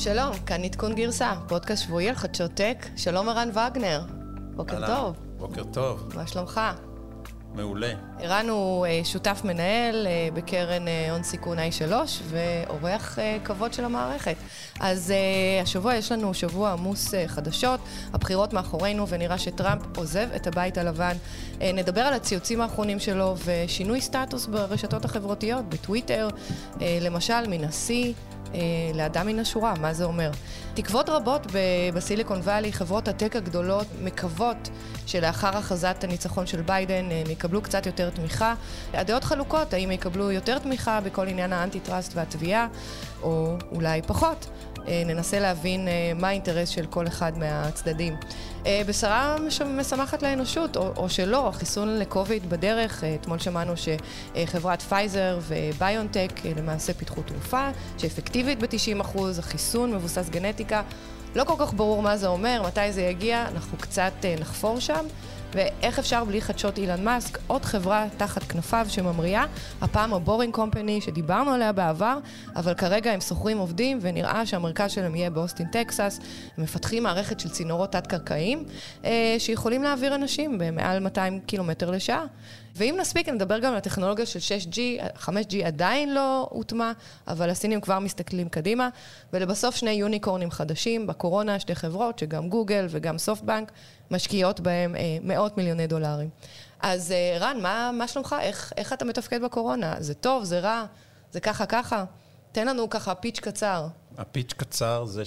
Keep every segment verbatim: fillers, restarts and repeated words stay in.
שלום, כאן עדכון גרסה, פודקאסט שבועי על חדשות טק. שלום ערן וגנר. בוקר אהלן, טוב. בוקר טוב. מה שלומך? מעולה. ערן הוא שותף מנהל בקרן הון סיכון איי שלוש ואורח כבוד של המערכת. אז השבוע יש לנו שבוע עמוס חדשות, הבחירות מאחורינו ונראה שטראמפ עוזב את הבית הלבן. נדבר על הציוצים האחרונים שלו ושינוי סטטוס ברשתות החברתיות, בטוויטר, למשל מנשיא לאדם מן השורה, מה זה אומר? תקוות רבות בסיליקון ואלי, חברות הטק הגדולות מקוות שלאחר הכרזת הניצחון של ביידן הם יקבלו קצת יותר תמיכה. הדעות חלוקות, האם יקבלו יותר תמיכה בכל עניין האנטי-טראסט והתביעה, או אולי פחות. ננסה להבין מה האינטרס של כל אחד מהצדדים. בשרה משמחת לאנושות, או, או שלא, החיסון לקוביד בדרך. אתמול שמענו שחברת פייזר וביונטק למעשה פיתחו תרופה, שאפקטיבית ב-תשעים אחוז, החיסון מבוסס גנטיקה. לא כל כך ברור מה זה אומר, מתי זה יגיע, אנחנו קצת נחפור שם. ואיך אפשר בלי חדשות אילן מאסק, עוד חברה תחת כנפיו שממריאה, הפעם הבורינג קומפני שדיברנו עליה בעבר, אבל כרגע הם סוחרים עובדים ונראה שהמרכז שלהם יהיה באוסטין, טקסס. הם מפתחים מערכת של צינורות תת-קרקעיים שיכולים להעביר אנשים במעל מאתיים קילומטר לשעה. ואם נספיק, נדבר גם על הטכנולוגיה של שש ג'י, חמש ג'י עדיין לא הוטמע, אבל הסינים כבר מסתכלים קדימה, ולבסוף שני יוניקורנים חדשים, בקורונה שתי חברות, שגם גוגל וגם סופטבנק, משקיעות בהם אה, מאות מיליוני דולרים. אז אה, רן, מה, מה שלומך? איך, איך אתה מתפקד בקורונה? זה טוב, זה רע, זה ככה ככה? תן לנו ככה פיץ' קצר. הפיץ' קצר זה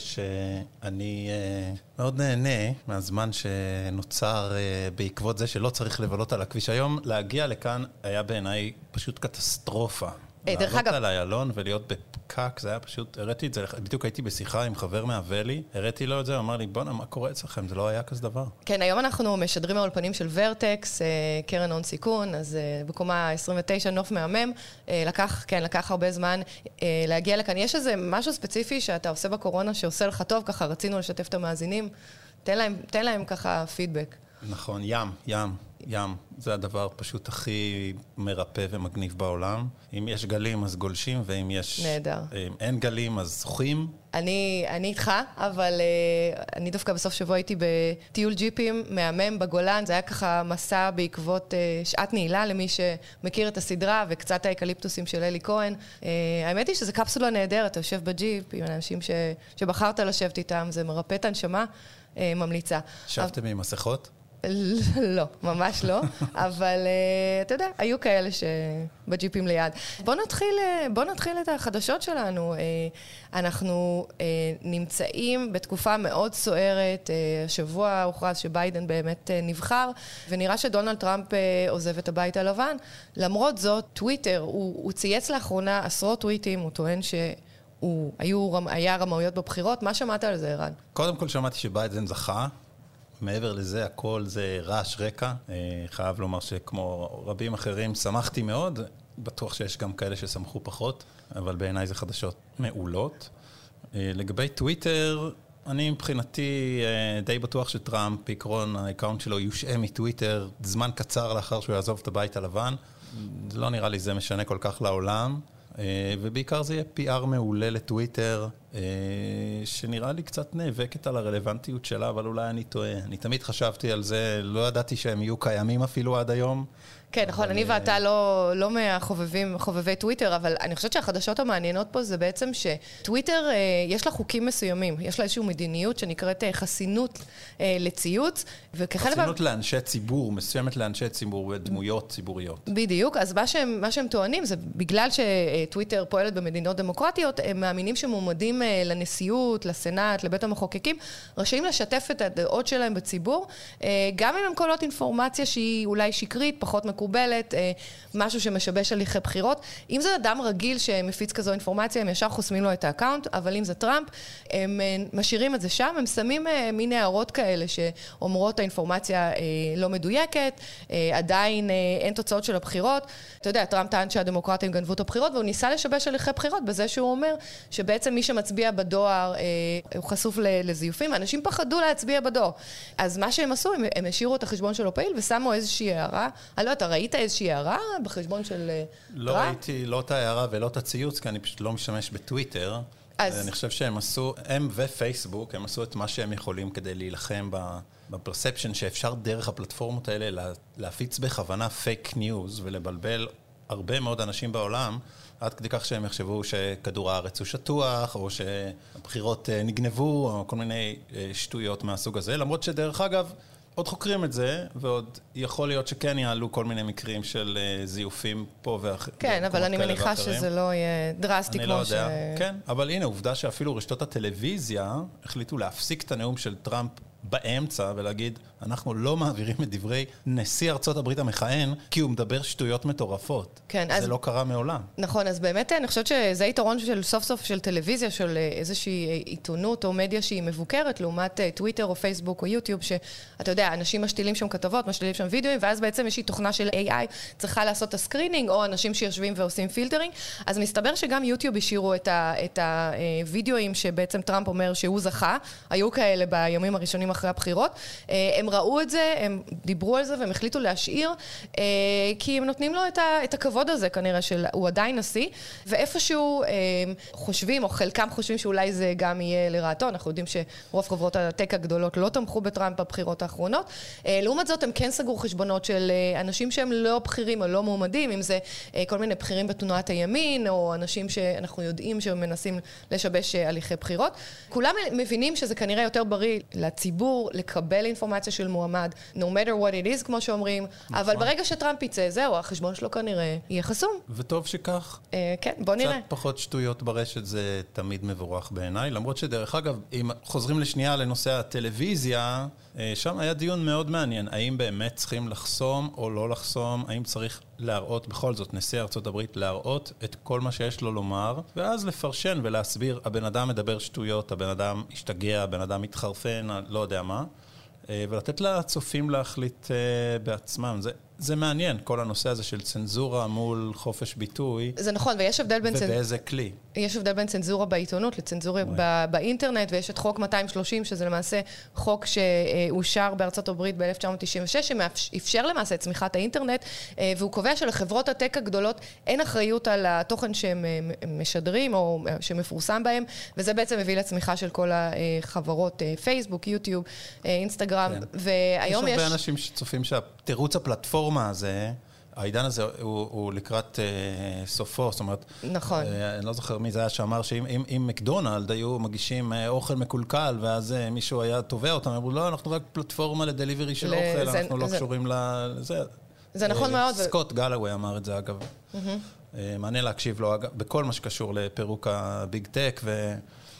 שאני אה, מאוד נהנה מהזמן שנוצר אה, בעקבות זה שלא צריך לבלות על הכביש. היום להגיע לכאן היה בעיניי פשוט קטסטרופה. דרך אגב, לעלות על איילון ולהיות בפקק, זה היה פשוט, הראיתי את זה, בדיוק הייתי בשיחה עם חבר מהוולי, הראיתי לו את זה, הוא אמר לי, בוא'נה, מה קורה אצלכם? זה לא היה כזה דבר. כן, היום אנחנו משדרים מהאולפנים של ורטקס, קרן הון סיכון, אז בקומה עשרים ותשע נוף מהמם, לקח, כן, לקח הרבה זמן להגיע לכאן. יש איזה משהו ספציפי שאתה עושה בקורונה שעושה לך טוב, ככה רצינו לשתף את המאזינים, תן להם, תן להם ככה פידבק. נכון, ים, ים. ים, זה הדבר פשוט הכי מרפא ומגניב בעולם. אם יש גלים, אז גולשים, ואם יש... נהדר. אם אין גלים, אז שוחים. אני, אני איתך, אבל uh, אני דווקא בסוף שבוע הייתי בטיול ג'יפים מהמם בגולן, זה היה ככה מסע בעקבות uh, שעת נעילה למי שמכיר את הסדרה, וקצת האקליפטוסים של אלי כהן. Uh, האמת היא שזה קפסולה נהדרת, אתה יושב בג'יפ עם אנשים ש, שבחרת לשבת איתם, זה מרפא את הנשמה, uh, ממליצה. שבתם עם מסכות? לא, ממש לא, אבל אתה יודע, היו כאלה שבג'יפים ליד. בוא נתחיל, בוא נתחיל את החדשות שלנו. אנחנו נמצאים בתקופה מאוד סוערת, השבוע הוכרז שביידן באמת נבחר, ונראה שדונלד טראמפ עוזב את הבית הלבן. למרות זאת, טוויטר, הוא, הוא צייץ לאחרונה עשרות טוויטים, הוא טוען ש... הוא, היו, היה רמאויות בבחירות. מה שמעת על זה, ערן? קודם כל שמעתי שביידן זכה. מעבר לזה, הכל זה רעש רקע. חייב לומר שכמו רבים אחרים, שמחתי מאוד. בטוח שיש גם כאלה ששמחו פחות, אבל בעיניי זה חדשות מעולות. לגבי טוויטר, אני מבחינתי די בטוח שטראמפ, בעיקרון האקאונט שלו יושעה מטוויטר, זמן קצר לאחר שהוא יעזוב את הבית הלבן. לא נראה לי זה משנה כל כך לעולם. ובעיקר זה יהיה פי אר מעולה לטוויטר, שנראה לי קצת נאבקת על הרלוונטיות שלה, אבל אולי אני טועה. אני תמיד חשבתי על זה, לא ידעתי שהם יהיו קיימים אפילו עד היום. כן, נכון, אני ואתה לא, לא מהחובבים, חובבי טוויטר, אבל אני חושבת שהחדשות המעניינות פה זה בעצם שטוויטר, יש לה חוקים מסוימים, יש לה איזושהי מדיניות שנקראת חסינות לציוץ, חסינות לאנשי ציבור, מסוימת לאנשי ציבור ודמויות ציבוריות. בדיוק, אז מה שהם, מה שהם טוענים זה בגלל שטוויטר פועלת במדינות דמוקרטיות, הם מאמינים שמועמדים לנשיאות, לסנאט, לבית המחוקקים, רשאים לשתף את הדעות שלהם בציבור, גם אם הם קולות אינפורמציה שהיא אולי שקרית, פחות מקובלת, משהו שמשבש הליכי בחירות. אם זה אדם רגיל שמפיץ כזו אינפורמציה, הם ישר חוסמים לו את האקאונט, אבל אם זה טראמפ, הם משאירים את זה שם, הם שמים מין הערות כאלה שאומרות האינפורמציה לא מדויקת, עדיין אין תוצאות של הבחירות. אתה יודע, טראמפ טען שהדמוקרטים גנבו את הבחירות, והוא ניסה לשבש הליכי בחירות בזה שהוא אומר שבעצם מי שמצביע בדואר הוא חשוף לזיופים, אנשים פחדו להצביע בדואר. אז מה שהם עשו, הם, הם השאירו את החשבון שלו פעיל ושמו איזושהי הערה. אני לא, אתה ראית איזושהי הערה בחשבון של לא טראמפ? ראיתי לא את ההערה ולא את הציוץ, כי אני פשוט לא משתמש בטוויטר. אז... אני חושב שהם עשו, הם ופייסבוק, הם עשו את מה שהם יכולים כדי להילחם בפרספשן שאפשר דרך הפלטפורמות האלה להפיץ בכוונה פייק ניוז ולבלבל הרבה מאוד אנשים בעולם, עד כדי כך שהם יחשבו שכדור הארץ הוא שטוח, או שהבחירות נגנבו, או כל מיני שטויות מהסוג הזה, למרות שדרך אגב, עוד חוקרים את זה, ועוד יכול להיות שכן יעלו כל מיני מקרים של זיופים פה ואחרים. כן, אבל אני מניחה שזה לא יהיה דרסטי כמו ש... אני לא יודע, כן, אבל הנה, עובדה שאפילו רשתות הטלוויזיה החליטו להפסיק את הנאום של טראמפ באמצע ולהגיד, אנחנו לא מעבירים את דברי נשיא ארצות הברית המכהן, כי הוא מדבר שטויות מטורפות. כן, זה אז... לא קרה מעולם. נכון, אז באמת אני חושבת שזה יתרון של סוף סוף של טלוויזיה, של איזושהי עיתונות או מדיה שהיא מבוקרת, לעומת טוויטר או פייסבוק או יוטיוב, שאתה יודע, אנשים משתילים שם כתבות, משתילים שם וידאוים, ואז בעצם יש תוכנה של איי איי צריכה לעשות את הסקרינינג, או אנשים שיושבים ועושים פילטרינג. אז מסתבר שגם יוטיוב השאירו את ה, את הוידאוים שבעצם טראמפ אומר שהוא זכה, היו כאלה בימים הראשונים אחרי הבחירות. הם ראו את זה, הם דיברו על זה והם החליטו להשאיר, כי הם נותנים לו את, ה, את הכבוד הזה כנראה שהוא עדיין נשיא, ואיפשהו חושבים, או חלקם חושבים שאולי זה גם יהיה לרעתו, אנחנו יודעים שרוב חברות הטק הגדולות לא תמכו בטראמפ בבחירות האחרונות. לעומת זאת, הם כן סגרו חשבונות של אנשים שהם לא בכירים או לא מועמדים, אם זה כל מיני בכירים בתנועת הימין, או אנשים שאנחנו יודעים שהם מנסים לשבש הליכי בחירות. כולם מבינים שזה כנראה יותר בריא לציבור, לקבל אינפורמציה של מועמד, no matter what it is, כמו שאומרים, נכון. אבל ברגע שטראמפ יצא, זהו, החשבון שלו כנראה יהיה חסום. וטוב שכך. אה, כן, בוא נראה. קצת פחות שטויות ברשת זה תמיד מבורך בעיניי, למרות שדרך אגב, אם חוזרים לשנייה לנושא הטלוויזיה, שם היה דיון מאוד מעניין, האם באמת צריכים לחסום או לא לחסום, האם צריך להראות, בכל זאת, נשיא ארצות הברית, להראות את כל מה שיש לו לומר, ואז לפרשן ולהסביר, הבן אדם מדבר שטויות, הבן אדם השתגע, הבן אדם מתחרפן, לא יודע מה, ולתת לצופים להחליט בעצמם. זה, זה מעניין, כל הנושא הזה של צנזורה מול חופש ביטוי. זה נכון, ויש הבדל בין... ובאיזה כלי. יש הבדל בין צנזורה בעיתונות לצנזורה ב- באינטרנט, ויש את חוק מאתיים שלושים, שזה למעשה חוק שאושר בארצות הברית ב-אלף תשע מאות תשעים ושש, שאפשר למעשה את צמיחת האינטרנט, והוא קובע שלחברות הטק הגדולות אין אחריות על התוכן שהם משדרים או שמפורסם בהם, וזה בעצם מביא לצמיחה של כל החברות, פייסבוק, יוטיוב, אינסטגרם, והיום יש... יש הרבה אנשים שצופים שהתירוץ הפלטפורמה הזה, העידן הזה הוא, הוא לקראת אה, סופו, זאת אומרת, נכון. אה, אני לא זוכר מי זה היה שאמר שאם אם, אם מקדונלד היו מגישים אה, אוכל מקולקל, ואז אה, מישהו היה תובע אותם, אמרו, לא, אנחנו רק פלטפורמה לדליברי של ל- אוכל, זה, אנחנו זה, לא זה... קשורים לזה. זה נכון מאוד. סקוט גלווי אמר את זה, אגב. מעניין להקשיב לו, אגב, בכל מה שקשור לפירוק הביג טק ו...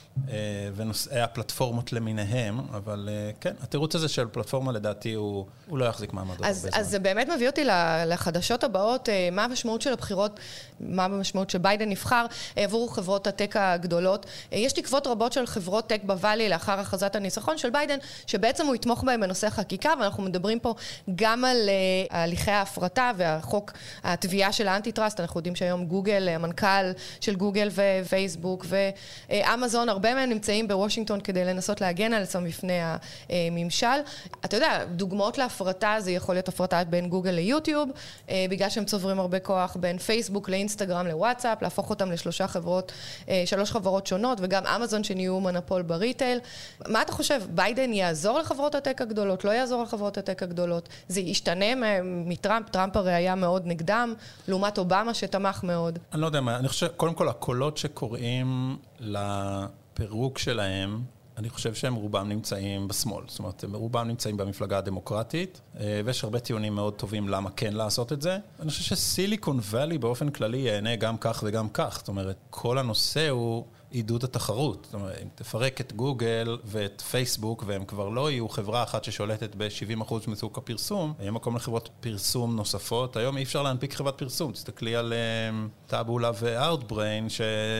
ונושאי הפלטפורמות למיניהם, אבל כן, התירוץ הזה של פלטפורמה לדעתי הוא, הוא לא יחזיק מעמדו הרבה זמן. אז זה באמת מביא אותי לחדשות הבאות, מה המשמעות של הבחירות, מה המשמעות שביידן נבחר עבור חברות הטק הגדולות. יש תקוות רבות של חברות טק בוואלי לאחר הכרזת הניצחון של ביידן, שבעצם הוא יתמוך בהם בנושא החקיקה, ואנחנו מדברים פה גם על הליכי ההפרטה והחוק, התביעה של האנטי-טראסט. אנחנו יודעים שהיום גוגל, המנכ"ל של גוגל ופייסבוק ואמזון, הרבה מהם נמצאים בוושינגטון כדי לנסות להגן על עצמם בפני הממשל. אתה יודע, דוגמאות להפרטה, זה יכול להיות הפרטה בין גוגל ליוטיוב, בגלל שהם צוברים הרבה כוח, בין פייסבוק לאינסטגרם לוואטסאפ, להפוך אותם לשלושה חברות, שלוש חברות שונות, וגם אמזון שנהיו מונופול בריטייל. מה אתה חושב? ביידן יעזור לחברות הטק הגדולות? לא יעזור לחברות הטק הגדולות? זה ישתנה מטראמפ? טראמפ הרי היה מאוד נגדם, לעומת אובמה שתמך מאוד. אני לא יודע מה, אני חושב, קודם כל, הקולות שקוראים ל... פירוק שלהם, אני חושב שהם רובם נמצאים בשמאל. זאת אומרת, הם רובם נמצאים במפלגה הדמוקרטית, ויש הרבה טיעונים מאוד טובים למה כן לעשות את זה. אני חושב שסיליקון ואלי באופן כללי יענה גם כך וגם כך. זאת אומרת, כל הנושא הוא עידוד התחרות. זאת אומרת, אם תפרק את גוגל ואת פייסבוק, והם כבר לא יהיו חברה אחת ששולטת ב-שבעים אחוז מסוג הפרסום, יהיה מקום לחברות פרסום נוספות. היום אי אפשר להנפיק חברת פרסום. תסתכלי על טאבולה וארטבריין,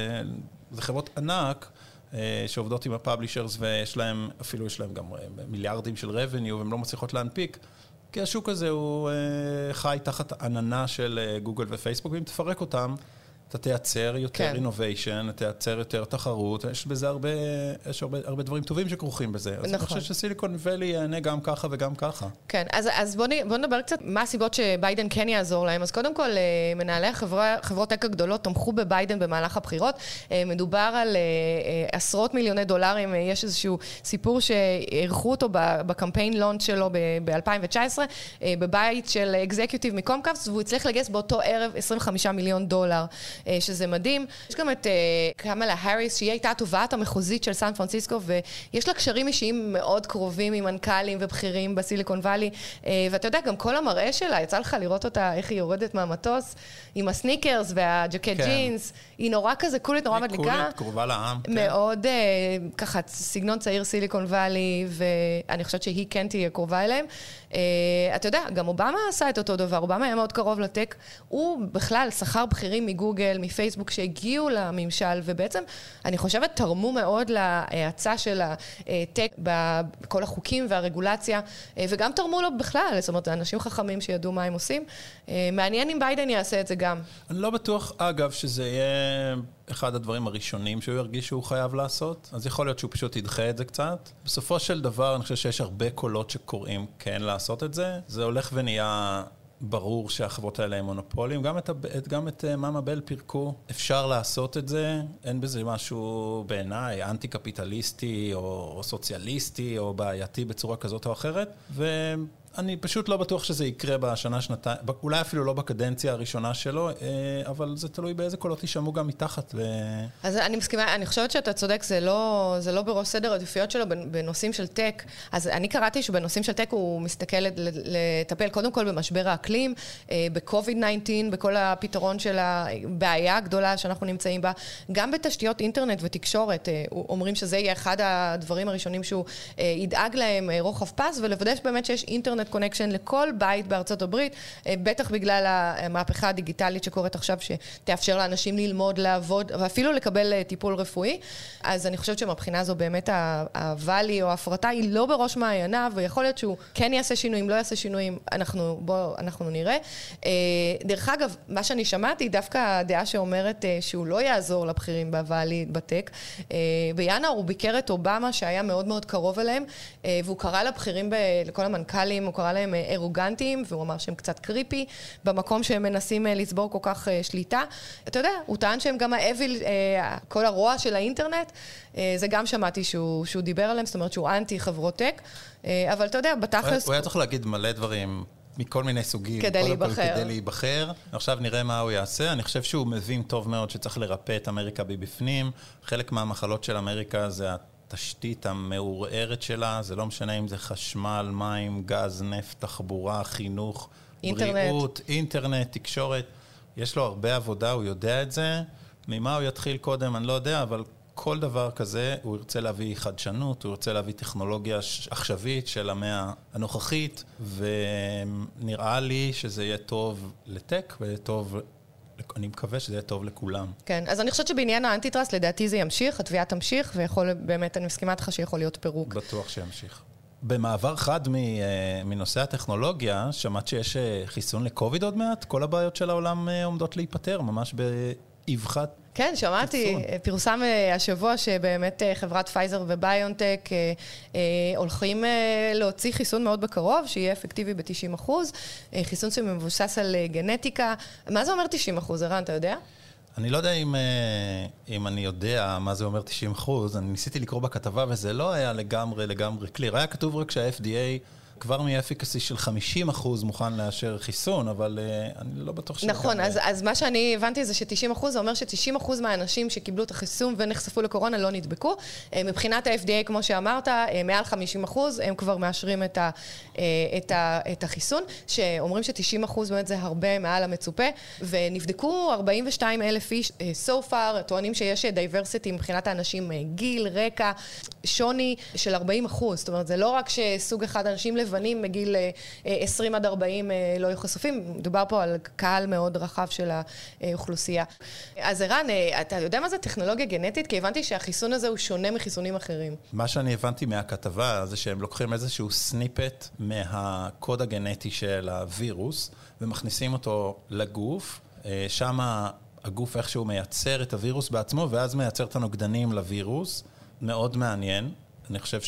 שזה חברות ענק, שעובדות עם הפאבלישרס ויש להם, אפילו יש להם גם מיליארדים של revenue והם לא מצליחות להנפיק, כי השוק הזה הוא חי תחת עננה של גוגל ופייסבוק, ואם תפרק אותם, אתה תייצר יותר innovation, אתה תייצר יותר תחרות, יש בזה הרבה, יש הרבה, הרבה דברים טובים שכרוכים בזה. אז אני חושב שסיליקון ואלי יענה גם ככה וגם ככה. כן, אז, אז בוא, בוא נדבר קצת מה הסיבות שביידן כן יעזור להם. אז קודם כל, מנהלי החברה, חברות טק הגדולות תמכו בביידן במהלך הבחירות. מדובר על עשרות מיליוני דולרים. יש איזשהו סיפור שערכו אותו בקמפיין לונץ' שלו ב-אלפיים תשע עשרה, בבית של אקזקיוטיב מקומקאסט, והוא הצליח לגייס באותו ערב עשרים וחמישה מיליון דולר. שזה מדהים. יש גם את קמלה האריס, שהיא הייתה התובעת המחוזית של סן פרנסיסקו, ויש לה קשרים אישיים מאוד קרובים עם מנכ"לים ובכירים בסיליקון ואלי, ואתה יודע, גם כל המראה שלה, יצא לך לראות אותה, איך היא יורדת מהמטוס, עם הסניקרס והג'קט ג'ינס, היא נורא כזה קולית, נורא מדליקה. קולית, קרובה לעם. מאוד, ככה, סגנון צעיר סיליקון ואלי, ואני חושבת שהיא כן תהיה קרובה אליהם. אתה יודע, גם אובמה עשה את אותו דבר, אובמה היה מאוד קרוב לטק, הוא בכלל שכר בכירים מגוגל, מפייסבוק, שהגיעו לממשל, ובעצם אני חושבת תרמו מאוד להאצה של הטק בכל החוקים והרגולציה, וגם תרמו לו בכלל, זאת אומרת, אנשים חכמים שידעו מה הם עושים. מעניין אם ביידן יעשה את זה גם. אני לא בטוח, אגב, שזה יהיה אחד הדברים הראשונים שהוא ירגיש שהוא חייב לעשות, אז יכול להיות שהוא פשוט ידחה את זה קצת. בסופו של דבר, אני חושב שיש הרבה קולות שקוראים כן לעשות את זה. זה הולך ונהיה ברור שהחברות האלה הם מונופולים. גם את, גם את מאמה בל פירקו. אפשר לעשות את זה. אין בזה משהו בעיניי אנטי-קפיטליסטי או, או סוציאליסטי או בעייתי בצורה כזאת או אחרת. ו... אני פשוט לא בטוח שזה יקרה בשנה, שנתיים, אולי אפילו לא בקדנציה הראשונה שלו, אבל זה תלוי באיזה קולות יישמעו גם מתחת. ו... אז אני מסכימה, אני חושבת שאתה צודק, זה לא, זה לא בראש סדר העדיפויות שלו בנושאים של טק. אז אני קראתי שבנושאים של טק הוא מסתכל לטפל קודם כל במשבר האקלים, ב-קוביד תשע עשרה, בכל הפתרון של הבעיה הגדולה שאנחנו נמצאים בה, גם בתשתיות אינטרנט ותקשורת. אומרים שזה יהיה אחד הדברים הראשונים שהוא ידאג להם רוחב פס, ולוודא באמת שיש אינטרנט קונקשן לכל בית בארצות הברית, בטח בגלל המהפכה הדיגיטלית שקורית עכשיו, שתאפשר לאנשים ללמוד, לעבוד, ואפילו לקבל טיפול רפואי. אז אני חושבת שמבחינה זו באמת הוואלי או ההפרטה היא לא בראש מעייניו, ויכול להיות שהוא כן יעשה שינויים, לא יעשה שינויים, אנחנו, בוא, אנחנו נראה. דרך אגב, מה שאני שמעתי, דווקא הדעה שאומרת שהוא לא יעזור לבחירים בוואלי בטק, בינואר הוא ביקר את אובמה, שהיה מאוד מאוד קרוב אליהם, והוא קרא לבחירים, לכל המנכ"לים, הוא קרא להם ארוגנטיים, והוא אמר שהם קצת קריפי, במקום שהם מנסים לצבור כל כך שליטה. אתה יודע, הוא טען שהם גם האביל, כל הרוע של האינטרנט, זה גם שמעתי שהוא, שהוא דיבר עליהם, זאת אומרת שהוא אנטי חברות טק, אבל אתה יודע, בתכלס... הוא היה צריך להגיד מלא דברים מכל מיני סוגים. כדי להיבחר. כדי להיבחר. עכשיו נראה מה הוא יעשה. אני חושב שהוא מבין טוב מאוד שצריך לרפא את אמריקה מבפנים. חלק מהמחלות של אמריקה זה התשתית המעורערת שלה, זה לא משנה אם זה חשמל, מים, גז, נפט, תחבורה, חינוך, אינטרנט. בריאות, אינטרנט, תקשורת. יש לו הרבה עבודה, הוא יודע את זה. ממה הוא יתחיל קודם, אני לא יודע, אבל כל דבר כזה, הוא ירצה להביא חדשנות, הוא ירצה להביא טכנולוגיה עכשווית של המאה הנוכחית, ונראה לי שזה יהיה טוב לטק, ויהיה טוב, אני מקווה שזה יהיה טוב לכולם. כן, אז אני חושבת שבעניין האנטי-טראסט, לדעתי זה ימשיך, התביעה תמשיך, ויכול, באמת, אני מסכימה איתך שיכול להיות פירוק. בטוח שימשיך. במעבר חד מנושא הטכנולוגיה, שמעת שיש חיסון לקוביד עוד מעט? כל הבעיות של העולם עומדות להיפטר, ממש באבחת. כן, שמעתי, פרסם השבוע שבאמת חברת פייזר וביונטק הולכים להוציא חיסון מאוד בקרוב, שיהיה אפקטיבי ב-תשעים אחוז, חיסון שמבוסס על גנטיקה. מה זה אומר תשעים אחוז, ערן, אתה יודע? אני לא יודע אם, אם אני יודע מה זה אומר תשעים אחוז, אני ניסיתי לקרוא בכתבה וזה לא היה לגמרי לגמרי קליר. היה כתוב רק שה-אף די איי כבר מאפיקסי של חמישים אחוז מוכן לאשר חיסון, אבל uh, אני לא בטוח שזה... נכון, אז, אז מה שאני הבנתי זה ש-תשעים אחוז, זה אומר ש-תשעים אחוז מהאנשים שקיבלו את החיסון ונחשפו לקורונה לא נדבקו. מבחינת ה-אף די איי, כמו שאמרת, מעל חמישים אחוז, הם כבר מאשרים את, ה, את, ה, את החיסון, שאומרים ש-תשעים אחוז באמת זה הרבה מעל המצופה, ונבדקו ארבעים ושניים אלף איש, so far, טוענים שיש diversity מבחינת האנשים גיל, רקע, שוני של ארבעים אחוז, זאת אומרת, זה לא רק שסוג אחד אנשים לבנים מגיל עשרים עד ארבעים לא יהיו חשופים, מדובר פה על קהל מאוד רחב של האוכלוסייה. אז ערן, אתה יודע מה זה טכנולוגיה גנטית? כי הבנתי שהחיסון הזה הוא שונה מחיסונים אחרים. מה שאני הבנתי מהכתבה זה שהם לוקחים איזשהו סניפט מהקוד הגנטי של הווירוס, ומכניסים אותו לגוף, שמה הגוף איכשהו מייצר את הווירוס בעצמו, ואז מייצר את הנוגדנים לווירוס. מאוד מעניין. אני חושב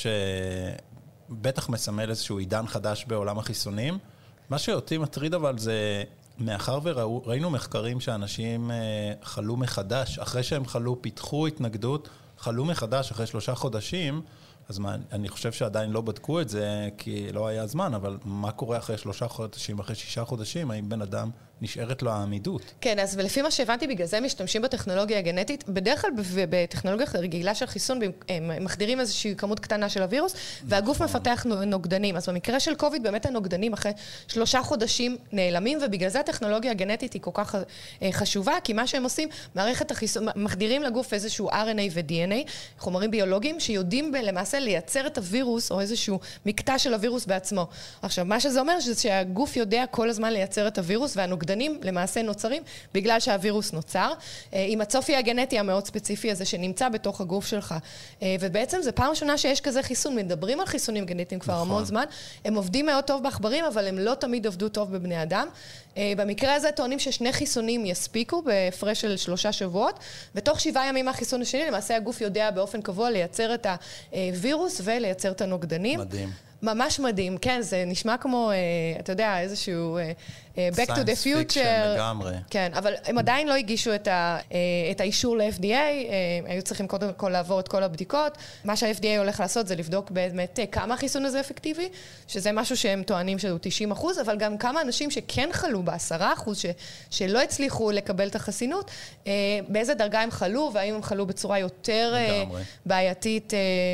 שבטח מסמל איזשהו עידן חדש בעולם החיסונים. מה שאותי מטריד אבל זה, מאחר וראינו מחקרים שאנשים חלו מחדש, אחרי שהם חלו, פיתחו התנגדות, חלו מחדש אחרי שלושה חודשים, אז מה, אני חושב שעדיין לא בדקו את זה, כי לא היה זמן, אבל מה קורה אחרי שלושה חודשים, אחרי שישה חודשים, האם בן אדם נשארת לו העמידות? כן, אז ולפי מה שהבנתי, בגלל זה משתמשים בטכנולוגיה הגנטית, בדרך כלל בטכנולוגיה רגילה של חיסון, הם מחדירים איזושהי כמות קטנה של הווירוס, והגוף מפתח נוגדנים. אז במקרה של קוביד, באמת הנוגדנים אחרי שלושה חודשים נעלמים, ובגלל זה הטכנולוגיה הגנטית היא כל כך חשובה, כי מה שהם עושים, מערכת החיסון, מחדירים לגוף איזשהו אר אן איי ו-די אן איי, חומרים ביולוגיים, שיודעים למעשה לייצר את הווירוס, או איזשהו מקטע של הווירוס בעצמו. עכשיו, מה שזה אומר, זה שהגוף יודע כל הזמן לייצר את הווירוס, והנוגדנים למעשה נוצרים בגלל שהווירוס נוצר, עם הצופי הגנטי המאוד ספציפי הזה שנמצא בתוך הגוף שלך. ובעצם זה פעם ראשונה שיש כזה חיסון, מדברים על חיסונים גנטיים כבר המון זמן, הם עובדים מאוד טוב בעכברים, אבל הם לא תמיד עבדו טוב בבני אדם. במקרה הזה טוענים ששני חיסונים יספיקו בהפרש של שלושה שבועות, ותוך שבעה ימים מהחיסון השני, למעשה הגוף יודע באופן קבוע לייצר את הווירוס ולייצר את הנוגדנים. מדהים. ממש מדהים, כן, זה נשמע כמו, אתה יודע, איזשהו back to the future. Science fiction לגמרי. כן, אבל הם עדיין לא הגישו את, ה, את האישור ל-אף די איי, היו צריכים קודם כל לעבור את כל הבדיקות. מה שה-אף די איי הולך לעשות זה לבדוק באמת כמה החיסון הזה אפקטיבי, שזה משהו שהם טוענים שהוא תשעים אחוז, אבל גם כמה אנשים שכן חלו ב-עשרה אחוז, ש, שלא הצליחו לקבל את החסינות, באיזה דרגה הם חלו, והאם הם חלו בצורה יותר לגמרי. בעייתית.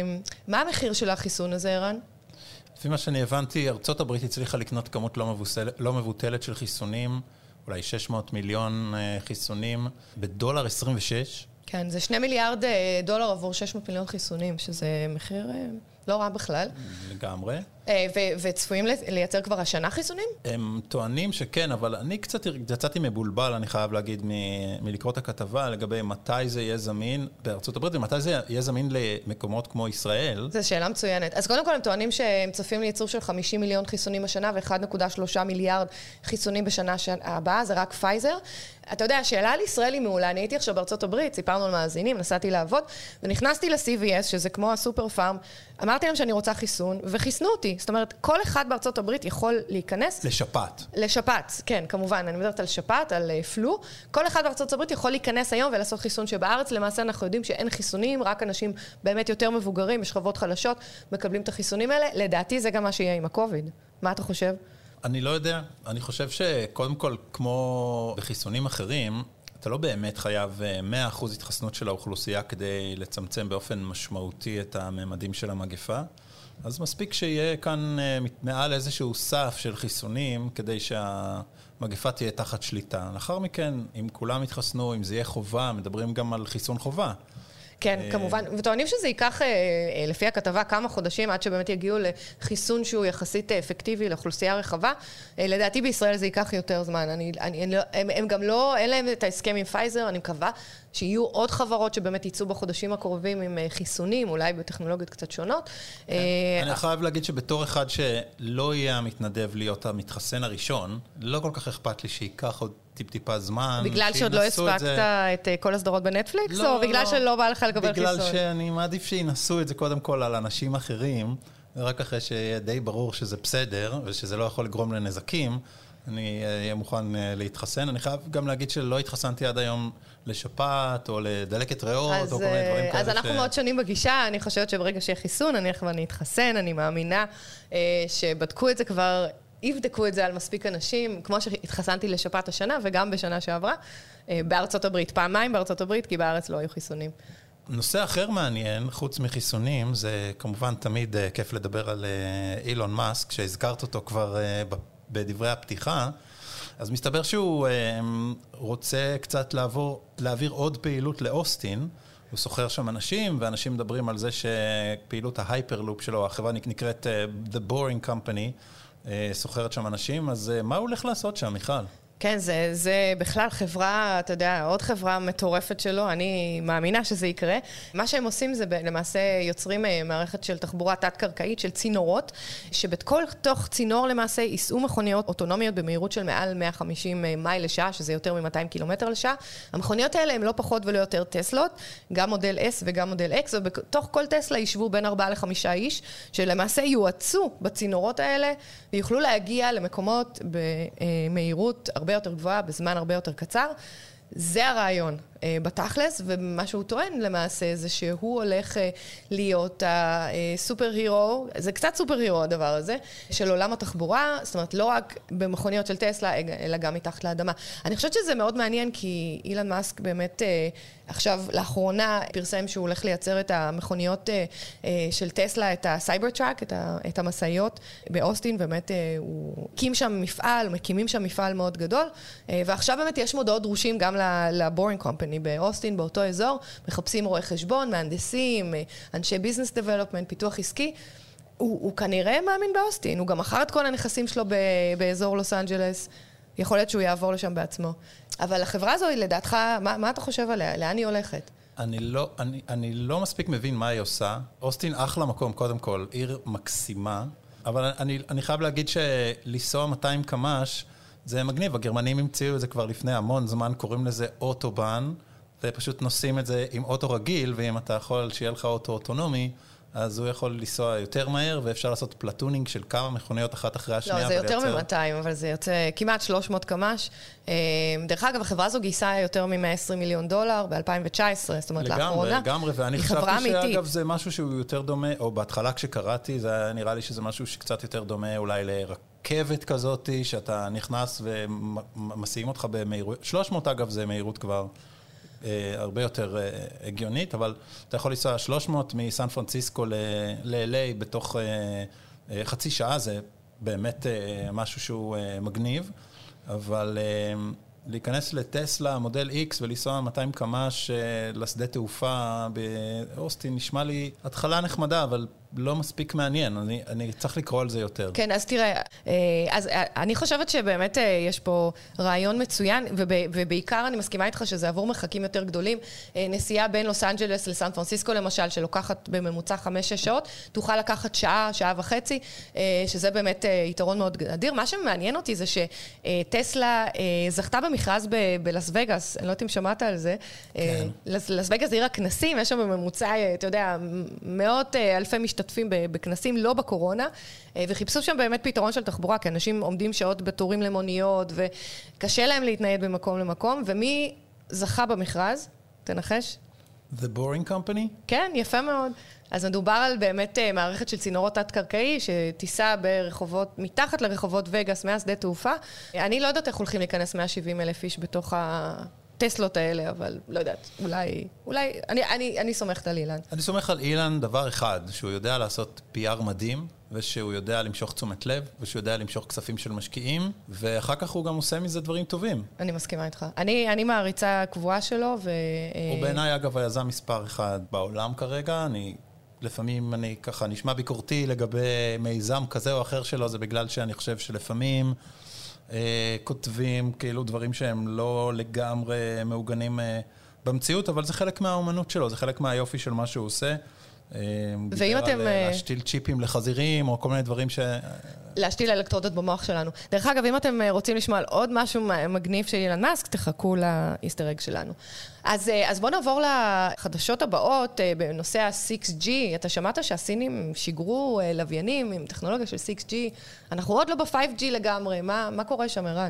מה המחיר של החיסון הזה, ערן? לפי מה שאני הבנתי, ארצות הברית הצליחה לקנות כמות לא, מבוסל, לא מבוטלת של חיסונים, אולי שש מאות מיליון חיסונים, בדולר עשרים ושש. כן, זה שני מיליארד דולר עבור שש מאות מיליון חיסונים, שזה מחיר לא רע בכלל. לגמרי. וצפויים לייצר כבר השנה חיסונים? הם טוענים שכן, אבל אני קצת יצאתי מבולבל, אני חייב להגיד, מלקרוא את הכתבה לגבי מתי זה יהיה זמין בארצות הברית, ומתי זה יהיה זמין למקומות כמו ישראל. זו שאלה מצוינת. אז קודם כל הם טוענים שהם צופים לייצור של חמישים מיליון חיסונים השנה, ו-אחד נקודה שלושה מיליארד חיסונים בשנה הבאה, זה רק פייזר. אתה יודע, השאלה על ישראל היא מעולה, אני הייתי עכשיו בארצות הברית, סיפרנו על מאזינים, נסעתי לעבוד, ונכנסתי ל-סי וי אס, שזה כמו הסופר פארם, אמרתי להם שאני רוצה חיסון, וחיסנו אותי. זאת אומרת, כל אחד בארצות הברית יכול להיכנס... לשפעת. לשפעת, כן, כמובן, אני מדברת על שפעת, על פלו. כל אחד בארצות הברית יכול להיכנס היום ולעשות חיסון שבארץ, למעשה אנחנו יודעים שאין חיסונים, רק אנשים באמת יותר מבוגרים, בשכבות חלשות, מקבלים את החיסונים האלה. לדעתי זה גם מה שיהיה עם הקוביד. מה אתה חושב? אני לא יודע. אני חושב שקודם כל, כמו בחיסונים אחרים, אתה לא באמת חייב מאה אחוז התחסנות של האוכלוסייה כדי לצמצם באופן משמעותי את הממדים של המגפה. אז מספיק שיהיה כאן מעל איזשהו סף של חיסונים כדי שהמגפה תהיה תחת שליטה. לאחר מכן, אם כולם יתחסנו, אם זה יהיה חובה, מדברים גם על חיסון חובה. כן, כמובן, וטוענים שזה ייקח, לפי הכתבה, כמה חודשים עד שבאמת יגיעו לחיסון שהוא יחסית אפקטיבי לאוכלוסייה רחבה. לדעתי בישראל זה ייקח יותר זמן. אני, אני, הם, הם גם לא, אין להם את ההסכם עם פייזר, אני מקווה שיהיו עוד חברות שבאמת ייצאו בחודשים הקרובים עם חיסונים, אולי בטכנולוגיות קצת שונות. אני חייב להגיד שבתור אחד שלא יהיה המתנדב להיות המתחסן הראשון, לא כל כך אכפת לי שייקח עוד טיפ-טיפה זמן. בגלל שעוד לא הספקת את כל הסדרות בנטפליקס, או בגלל שלא בא לך לקבל חיסון? בגלל שאני מעדיף שינסו את זה קודם כל על אנשים אחרים, ורק אחרי שיהיה די ברור שזה בסדר, ושזה לא יכול לגרום לנזקים, אני אהיה מוכן להתחסן. אני חייב גם להגיד שלא התחסנתי עד היום לשפעת, או לדלקת ריאות, או כל מיני דברים כאלה. אז אנחנו מאוד שונים בגישה, אני חושבת שברגע שיהיה חיסון, אני כבר אתחסן, אני מאמינה שבדקו את זה כבר, יבדקו את זה על מספיק אנשים, כמו שהתחסנתי לשפעת השנה, וגם בשנה שעברה, בארצות הברית, פעמיים בארצות הברית, כי בארץ לא היו חיסונים. נושא אחר מעניין, חוץ מחיסונים, זה כמובן תמיד כיף לדבר על אילון מאסק, שהזכרת אותו כבר בדברי הפתיחה, אז מסתבר שהוא רוצה קצת לעבור, להעביר עוד פעילות לאוסטין, הוא סוחר שם אנשים, ואנשים מדברים על זה שפעילות ההייפרלופ שלו, החברה נקראת The Boring Company, סוחרת שם אנשים, אז מה הוא הולך לעשות שם, מיכל? כן, זה, זה בכלל חברה, אתה יודע, עוד חברה מטורפת שלו, אני מאמינה שזה יקרה. מה שהם עושים זה למעשה יוצרים מערכת של תחבורה תת-קרקעית, של צינורות, שבכל תוך צינור למעשה ייסעו מכוניות אוטונומיות במהירות של מעל מאה וחמישים מייל לשעה, שזה יותר מ-מאתיים קילומטר לשעה. המכוניות האלה הן לא פחות ולא יותר טסלות, גם מודל S וגם מודל X, ובתוך כל טסלה יישבו בין ארבעה לחמישה איש, שלמעשה יועצו בצינורות האלה, ויוכלו להגיע למקומות במהירות הרבה יותר גבוהה, בזמן הרבה יותר קצר. זה הרעיון בתכלס, ומה שהוא טוען למעשה זה שהוא הולך להיות הסופר הירו, זה קצת סופר הירו הדבר הזה, של עולם התחבורה, זאת אומרת לא רק במכוניות של טסלה, אלא גם מתחת לאדמה. אני חושבת שזה מאוד מעניין, כי אילן מאסק באמת עכשיו לאחרונה פרסם שהוא הולך לייצר את המכוניות של טסלה, את הסייבר טראק, את המסעיות באוסטין, באמת הוא הקים שם מפעל, מקימים שם מפעל מאוד גדול, ועכשיו באמת יש מודעות דרושים גם לבורינג קומפני באוסטין, באותו אזור, מחפשים רואי חשבון, מהנדסים, אנשי ביזנס דבלופמנט, פיתוח עסקי. הוא, הוא כנראה מאמין באוסטין, הוא גם מכר את כל הנכסים שלו ב, באזור לוס אנג'לס, יכול להיות שהוא יעבור לשם בעצמו. אבל החברה הזו, לדעתך, מה, מה אתה חושב עליה? לאן היא הולכת? אני לא, אני, אני לא מספיק מבין מה היא עושה. אוסטין אחלה מקום, קודם כל, עיר מקסימה, אבל אני, אני חייב להגיד שלנסוע מאתיים קמ"ש, זה מגניב, הגרמנים המציאו את זה כבר לפני המון זמן, קוראים לזה אוטובן, ופשוט נוסעים את זה עם אוטו רגיל, ואם אתה יכול שיהיה לך אוטו אוטונומי, אז הוא יכול לנסוע יותר מהר, ואפשר לעשות פלטונינג של כמה מכוניות אחת אחרי השנייה. לא, זה יותר מ-מאתיים, אבל זה יוצא כמעט שלוש מאות קמ"ש. דרך אגב, החברה הזו גייסה יותר מ-מאה ועשרים מיליון דולר ב-אלפיים תשע עשרה, זאת אומרת, לאחרונה. לגמרי, ואני חשבתי שאגב זה משהו שהוא יותר דומה, או בהתחלה כשקראתי, זה נראה לי שזה משהו שקצת יותר דומה אולי לרכבת כזאת, שאתה נכנס ומסיעים אותך במהירות. שלוש מאות אגב זה מהירות כבר. הרבה יותר הגיונית, אבל אתה יכול לנסוע שלוש מאות מסן פרנסיסקו ל-אל איי בתוך חצי שעה, זה באמת משהו שהוא מגניב, אבל להיכנס לטסלה, מודל X, ולנסוע מאתיים קמ"ש לשדה תעופה באוסטין, נשמע לי התחלה נחמדה, אבל לא מספיק מעניין, אני, אני צריך לקרוא על זה יותר. כן, אז תראה, אז אני חושבת שבאמת יש פה רעיון מצוין, ובעיקר אני מסכימה איתך שזה עבור מרחקים יותר גדולים. נסיעה בין לוס אנג'לס לסן פרנסיסקו למשל, שלוקחת בממוצע חמש-שש שעות, תוכל לקחת שעה, שעה וחצי, שזה באמת יתרון מאוד אדיר. מה שמעניין אותי זה שטסלה זכתה במכרז בלס וגאס, אני לא יודעת אם שמעת על זה. כן. לס וגאס זה עיר הכנסים, יש שם בממוצע, אתה יודע, מאות אלפי משתתפים בכנסים, לא בקורונה, וחיפשו שם באמת פתרון של תחבורה, כי אנשים עומדים שעות בתורים למוניות, וקשה להם להתנייד במקום למקום, ומי זכה במכרז? תנחש? The Boring Company? כן, יפה מאוד. אז מדובר על באמת מערכת של צינורות תת-קרקעי, שתיסע ברחובות, מתחת לרחובות וגאס, מהשדה תעופה. אני לא יודעת איך הולכים להיכנס מאה ושבעים אלף איש בתוך ה... טסלות האלה, אבל לא יודעת, אולי, אולי, אני, אני, אני סומכת על אילן. אני סומך על אילן דבר אחד, שהוא יודע לעשות פי אר מדהים, ושהוא יודע למשוך תשומת לב, ושהוא יודע למשוך כספים של משקיעים, ואחר כך הוא גם עושה מזה דברים טובים. אני מסכימה איתך. אני, אני מעריצה קבועה שלו, ו... הוא בעיניי, אגב, היזם מספר אחד בעולם כרגע, אני... לפעמים אני ככה נשמע ביקורתי לגבי מיזם כזה או אחר שלו, זה בגלל שאני חושב שלפעמים כותבים כאילו דברים שהם לא לגמרי מעוגנים במציאות, אבל זה חלק מהאומנות שלו, זה חלק מהיופי של מה שהוא עושה. ואם אתם... להשתיל צ'יפים לחזירים, או כל מיני דברים ש... להשתיל אלקטרודות במוח שלנו. דרך אגב, אם אתם רוצים לשמוע על עוד משהו מגניב של אילן מאסק, תחכו לאיסטר אג שלנו. אז, אז בואו נעבור לחדשות הבאות בנושא ה-סיקס ג'י. אתה שמעת שהסינים שיגרו לוויינים עם טכנולוגיה של סיקס ג'י. אנחנו עוד לא ב-פייב ג'י לגמרי. מה, מה קורה שם, ערן?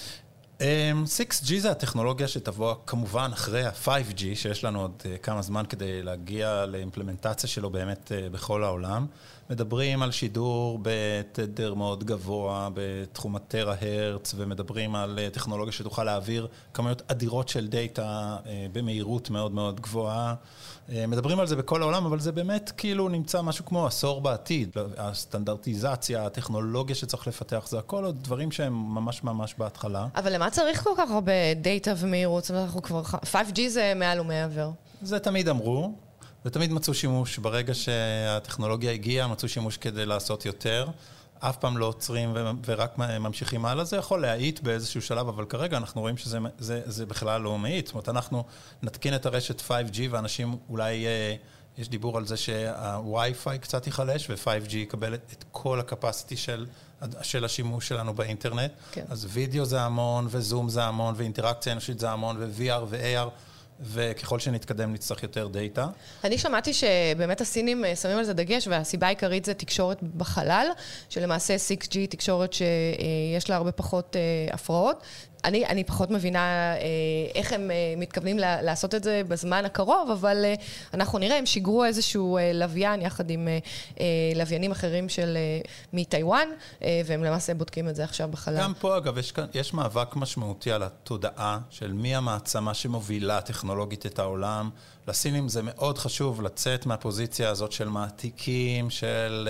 סיקס ג'י זה הטכנולוגיה שתבוא כמובן אחרי ה-פייב ג'י, שיש לנו עוד כמה זמן כדי להגיע לאימפלמנטציה שלו באמת בכל העולם. מדברים על שידור בתדר מאוד גבוה, בתחום הטרה-הרץ, ומדברים על טכנולוגיה שתוכל להעביר כמויות אדירות של דאטה במהירות מאוד מאוד גבוהה. מדברים על זה בכל העולם, אבל זה באמת כאילו נמצא משהו כמו עשור בעתיד. הסטנדרטיזציה, הטכנולוגיה שצריך לפתח, זה הכל עוד דברים שהם ממש ממש בהתחלה. אבל למה צריך כל כך הרבה דאטה ומהירות? זאת אומרת, אנחנו כבר... פייב ג'י זה מעל ומעבר. זה תמיד אמרו. ותמיד מצאו שימוש, ברגע שהטכנולוגיה הגיעה, מצאו שימוש כדי לעשות יותר. אף פעם לא עוצרים ו- ורק ממשיכים הלאה, זה יכול להאיט באיזשהו שלב, אבל כרגע אנחנו רואים שזה זה, זה בכלל לא מאיט. זאת אומרת, אנחנו נתקין את הרשת פייב ג'י, ואנשים אולי, אה, יש דיבור על זה שהווי-פיי קצת ייחלש, ו-פייב ג'י יקבל את, את כל הקפסיטי של, של השימוש שלנו באינטרנט. כן. אז וידאו זה המון, וזום זה המון, ואינטראקציה אנושית זה המון, ו-וי אר ו-איי אר, וככל שנתקדם נצטרך יותר דאטה. אני שמעתי שבאמת הסינים שמים על זה דגש, והסיבה העיקרית זה תקשורת בחלל, שלמעשה סיקס ג'י תקשורת שיש לה הרבה פחות הפרעות. אני, אני פחות מבינה איך הם מתכוונים לעשות את זה בזמן הקרוב, אבל אנחנו נראה, הם שיגרו איזשהו לוויין יחד עם לוויינים אחרים של מטיואן, והם למעשה בודקים את זה עכשיו בחלל. גם פה, אגב, יש, יש מאבק משמעותי על התודעה של מי המעצמה שמובילה טכנולוגית את העולם. לסינים זה מאוד חשוב לצאת מהפוזיציה הזאת של מעתיקים, של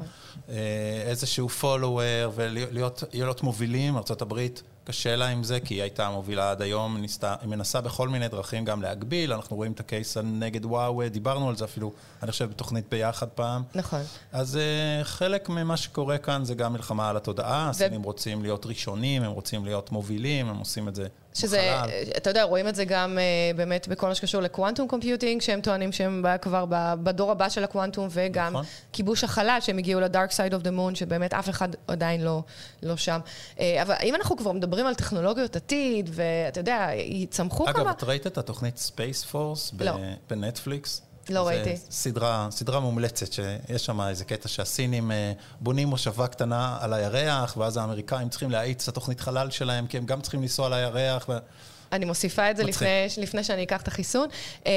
איזשהו פולוור, ולהיות להיות מובילים. ארצות הברית קשה לה עם זה, כי היא הייתה מובילה עד היום, ניסתה, היא מנסה בכל מיני דרכים גם להגביל, אנחנו רואים את הקייס נגד וואו, דיברנו על זה אפילו, אני חושב, בתוכנית ביחד פעם. נכון. אז uh, חלק ממה שקורה כאן זה גם מלחמה על התודעה, ו... הסינים רוצים להיות ראשונים, הם רוצים להיות מובילים, הם עושים את זה שזה, בחלל. אתה יודע, רואים את זה גם uh, באמת בכל מה שקשור לקוונטום קומפיוטינג, שהם טוענים שהם כבר בדור הבא של הקוונטום, וגם נכון. כיבוש החלל, שהם הגיעו לדארק סייד אוף דה מון, שבאמת אף אחד עדיין לא, לא שם. Uh, אבל אם אנחנו כבר מדברים על טכנולוגיות עתיד, ואתה יודע, יצמחו אגב, כמה... אגב, את ראית את התוכנית Space Force לא. בנטפליקס? לא ראיתי. סדרה, סדרה מומלצת, שיש שם איזה קטע שהסינים בונים מושבה קטנה על הירח, ואז האמריקאים צריכים להאיץ את התוכנית חלל שלהם, כי הם גם צריכים לנסוע על הירח. ו... אני מוסיפה את זה לפני, לפני שאני אקח את החיסון.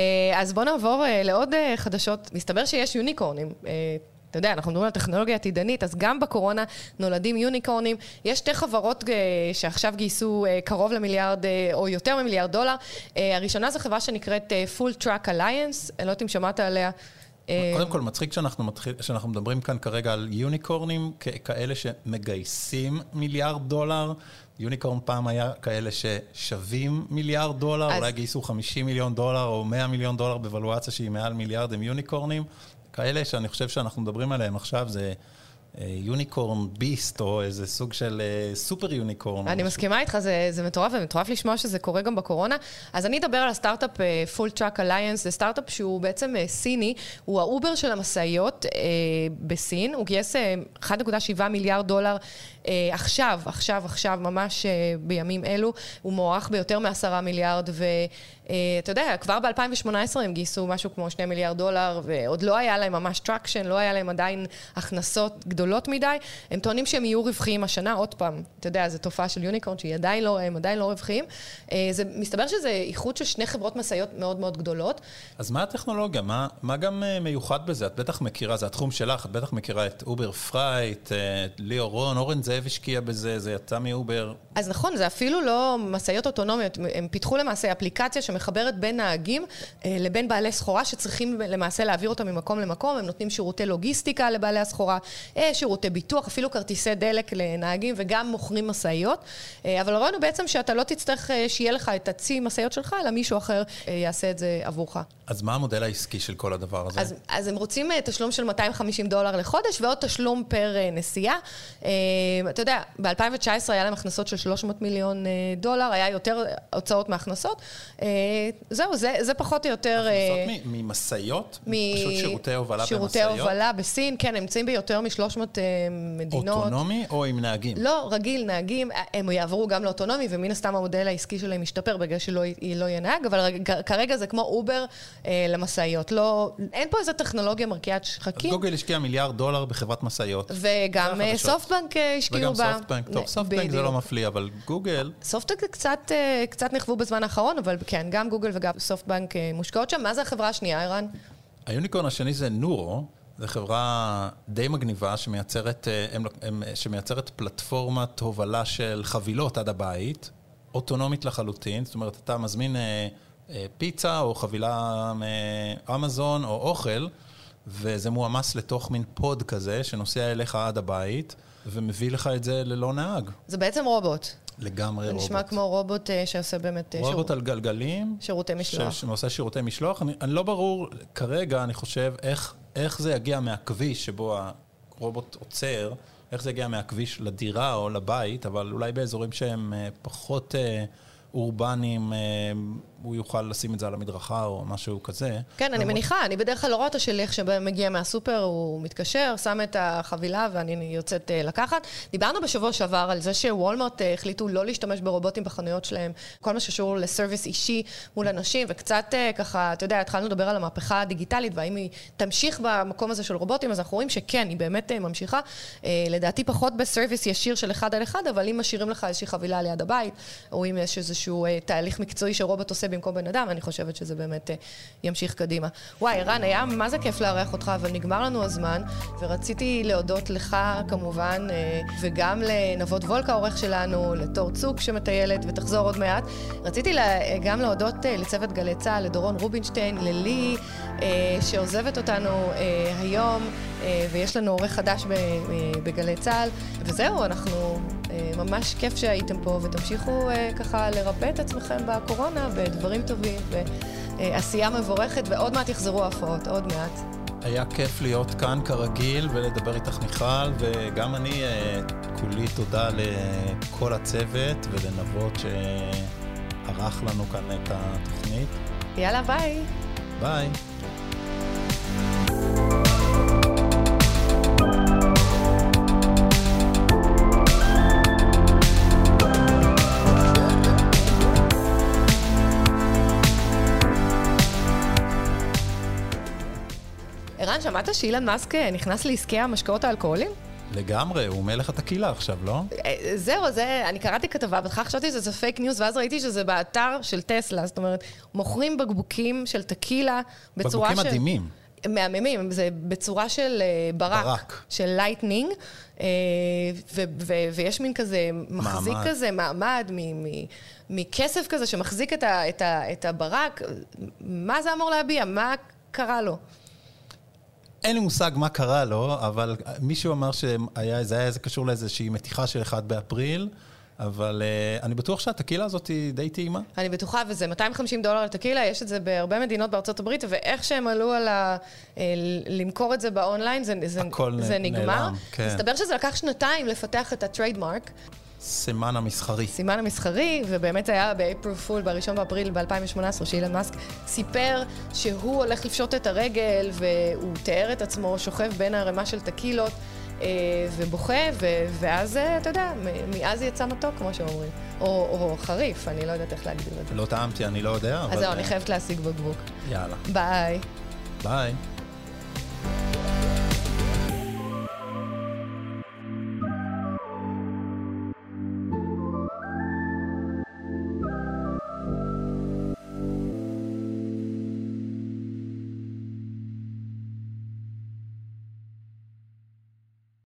אז בואו נעבור לעוד חדשות. מסתבר שיש יוניקורנים. אתה יודע, אנחנו מדברים על טכנולוגיה עתידנית, אז גם בקורונה נולדים יוניקורנים. יש שתי חברות שעכשיו גייסו קרוב למיליארד או יותר ממיליארד דולר. הראשונה זו חברה שנקראת Full Track Alliance, אני לא יודעת אם שמעת עליה. קודם כל, מצחיק שאנחנו, מתחיל, שאנחנו מדברים כאן כרגע על יוניקורנים, כאלה שמגייסים מיליארד דולר. יוניקורן פעם היה כאלה ששווים מיליארד דולר, אז... אולי גייסו חמישים מיליון דולר או מאה מיליון דולר בוולואציה שהיא מעל מיליארד, הם יוניקורנים. כאלה שאני חושב שאנחנו מדברים עליהם עכשיו, זה יוניקורן ביסט, או איזה סוג של סופר יוניקורן. אני מסכימה איתך, זה, זה מטורף, ומטורף לשמוע שזה קורה גם בקורונה. אז אני אדבר על הסטארט-אפ Full Track Alliance, זה סטארט-אפ שהוא בעצם סיני, הוא האובר של המסעיות בסין, הוא גייס אחד נקודה שבע מיליארד דולר עכשיו, עכשיו, עכשיו, ממש בימים אלו, הוא מוערך ביותר מעשרה מיליארד, ואתה יודע, כבר ב-אלפיים שמונה עשרה הם גייסו משהו כמו שני מיליארד דולר, ועוד לא היה להם ממש טרקשן, לא היה להם עדיין הכנסות גדולות מדי, הם טוענים שהם יהיו רווחיים השנה, עוד פעם, אתה יודע, זו תופעה של יוניקורן, שהיא עדיין לא, הם עדיין לא רווחיים. זה מסתבר שזה איחוד של שני חברות מסעיות מאוד מאוד גדולות. אז מה הטכנולוגיה? מה, מה גם מיוחד בזה? את בטח מכירה, זה התחום שלך, את בטח מכירה את אובר פרייט, ליאור רון, אורן זאב השקיע בזה, זה יצא מאובר. אז נכון, זה אפילו לא מסעיות אוטונומיות, הם פיתחו למעשה אפליקציה שמחברת בין נהגים לבין בעלי סחורה שצריכים למעשה להעביר אותם ממקום למקום, הם נותנים שירותי לוגיסטיקה לבעלי הסחורה, שירותי ביטוח, אפילו כרטיסי דלק לנהגים וגם מוכרים מסעיות, אבל ראינו בעצם שאתה לא תצטרך שיהיה לך את הצי מסעיות שלך, אלא מישהו אחר יעשה את זה עבורך. אז מה המודל העסקי של כל הדבר הזה? אז, אז הם רוצים תשלום של מאתיים וחמישים דולר לחודש, ועוד תשלום פר נסיעה. אתה יודע, ב-אלפיים תשע עשרה היה להם הכנסות של שלוש מאות מיליון דולר, היה יותר הוצאות מהכנסות. זהו, זה, זה פחות או יותר... הכנסות ממסעיות? פשוט שירותי הובלה במסעיות? שירותי הובלה בסין, כן, הם נמצאים ביותר מ-שלוש מאות מדינות. אוטונומי או עם נהגים? לא, רגיל, נהגים, הם יעברו גם לאוטונומי, ומן הסתם המודל העסקי שלהם משתפר, בגלל שלא לא יהיה נהג, אבל כרגע זה כמו אובר למסעיות. לא, אין פה איזו טכנולוגיה מרקיעת שחקים. גוגל השקיע מיליארד דולר בחברת מסעיות. וגם סופטבנק השקיעו בה. וגם סופטבנק, טוב, סופטבנק זה לא מפליא, אבל גוגל... סופטבנק קצת, קצת נחוו בזמן האחרון, אבל כן, גם גוגל וגם סופטבנק מושקעות שם. מה זה החברה השנייה, ערן? היוניקורן השני זה נורו, זו חברה די מגניבה שמייצרת, שמייצרת פלטפורמת הובלה של חבילות עד הבית, אוטונומית לחלוטין, זאת אומרת, אתה מזמין פיצה או חבילה מאמזון או אוכל, וזה מועמס לתוך מין פוד כזה, שנוסע אליך עד הבית, ומביא לך את זה ללא נהג. זה בעצם רובוט. לגמרי רובוט. נשמע כמו רובוט שעושה באמת רובוט שירות. על גלגלים. שירותי משלוח. שעושה שירותי משלוח. אני, אני לא ברור, כרגע אני חושב איך, איך זה יגיע מהכביש שבו הרובוט עוצר, איך זה הגיע מהכביש לדירה או לבית, אבל אולי באזורים שהם פחות אורבניים, הוא יוכל לשים את זה על המדרכה או משהו כזה. כן, אני מניחה, אני בדרך כלל לא רואה את השליח שמגיע מהסופר, הוא מתקשר, שם את החבילה ואני יוצאת לקחת. דיברנו בשבוע שעבר על זה שוולמרט החליטו לא להשתמש ברובוטים בחנויות שלהם, כל מה שקשור לסרוויס אישי מול אנשים, וקצת ככה, אתה יודע, התחלנו לדבר על המהפכה הדיגיטלית, והאם היא תמשיך במקום הזה של רובוטים, אז אנחנו רואים שכן, היא באמת ממשיכה. לדעתי פחות בסרוויס ישיר של אחד על אחד, אבל אם משאירים לך איזושהי חבילה ליד הבית, או אם יש איזשהו תהליך מקצועי שרובוט עושה במקום בן אדם, אני חושבת שזה באמת ימשיך קדימה. וואי, ערן, היה מה זה כיף לארח אותך, אבל נגמר לנו הזמן, ורציתי להודות לך כמובן, וגם לנבות וולקה, העורך שלנו, לתור צוק שמטיילת ותחזור עוד מעט. רציתי גם להודות לצוות גלי צהל, לדורון רובינשטיין, ללי, שעוזבת אותנו היום, ויש לנו עורך חדש בגלי צהל, וזהו, אנחנו ממש כיף שהייתם פה, ותמשיכו ככה לרפא את עצמכם בקורונה, בדברים טובים, ועשייה מבורכת, ועוד מעט יחזרו ההפעות, עוד מעט. היה כיף להיות כאן כרגיל, ולדבר איתך מיכל, וגם אני כולי תודה לכל הצוות, ולנבות שערך לנו כאן את התוכנית. יאללה, ביי. ביי. ערן, שמעת שאילן מאסק נכנס לעסקי המשקאות האלכוהולים? לגמרי, הוא מלך התקילה עכשיו, לא? זהו, זה, אני קראתי כתבה, בתחילה חשבתי שזה fake news, ואז ראיתי שזה באתר של טסלה, זאת אומרת, מוכרים בקבוקים של טקילה בצורה של... בקבוקים מדהימים. מהממים, זה בצורה של ברק, ברק. של לייטנינג, ויש מין כזה מחזיק מעמד. כזה, מעמד מ- מ- מכסף כזה שמחזיק את, ה- את, ה- את הברק. מה זה אמור להביע? מה קרה לו? אין לי מושג מה קרה לו, אבל מישהו אמר שזה היה איזה קשור לאיזושהי מתיחה של אחד באפריל, אבל uh, אני בטוח שהטקילה הזאת היא די טעימה. אני בטוחה, וזה מאתיים וחמישים דולר לטקילה, יש את זה בהרבה מדינות בארצות הברית, ואיך שהם עלו על ה... למכור את זה באונליין, זה, זה, זה נגמר. נעלם, כן. מסתבר שזה לקח שנתיים לפתח את הטריידמרק. סימן המסחרי. סימן המסחרי, ובאמת היה באפריל פול, בראשון באפריל ב-אלפיים שמונה עשרה, שאילן מאסק סיפר שהוא הולך לפשוט את הרגל, והוא תיאר את עצמו שוכב בין הרמה של טקילות, ובוכה, ואז, אתה יודע, מאז יצא מתוק, כמו שאומרים. או, או חריף, אני לא יודעת איך להגדיר את זה. לא טעמתי, אני לא יודע. אז זהו, אני חייבת להשיג בקבוק. יאללה. ביי. ביי.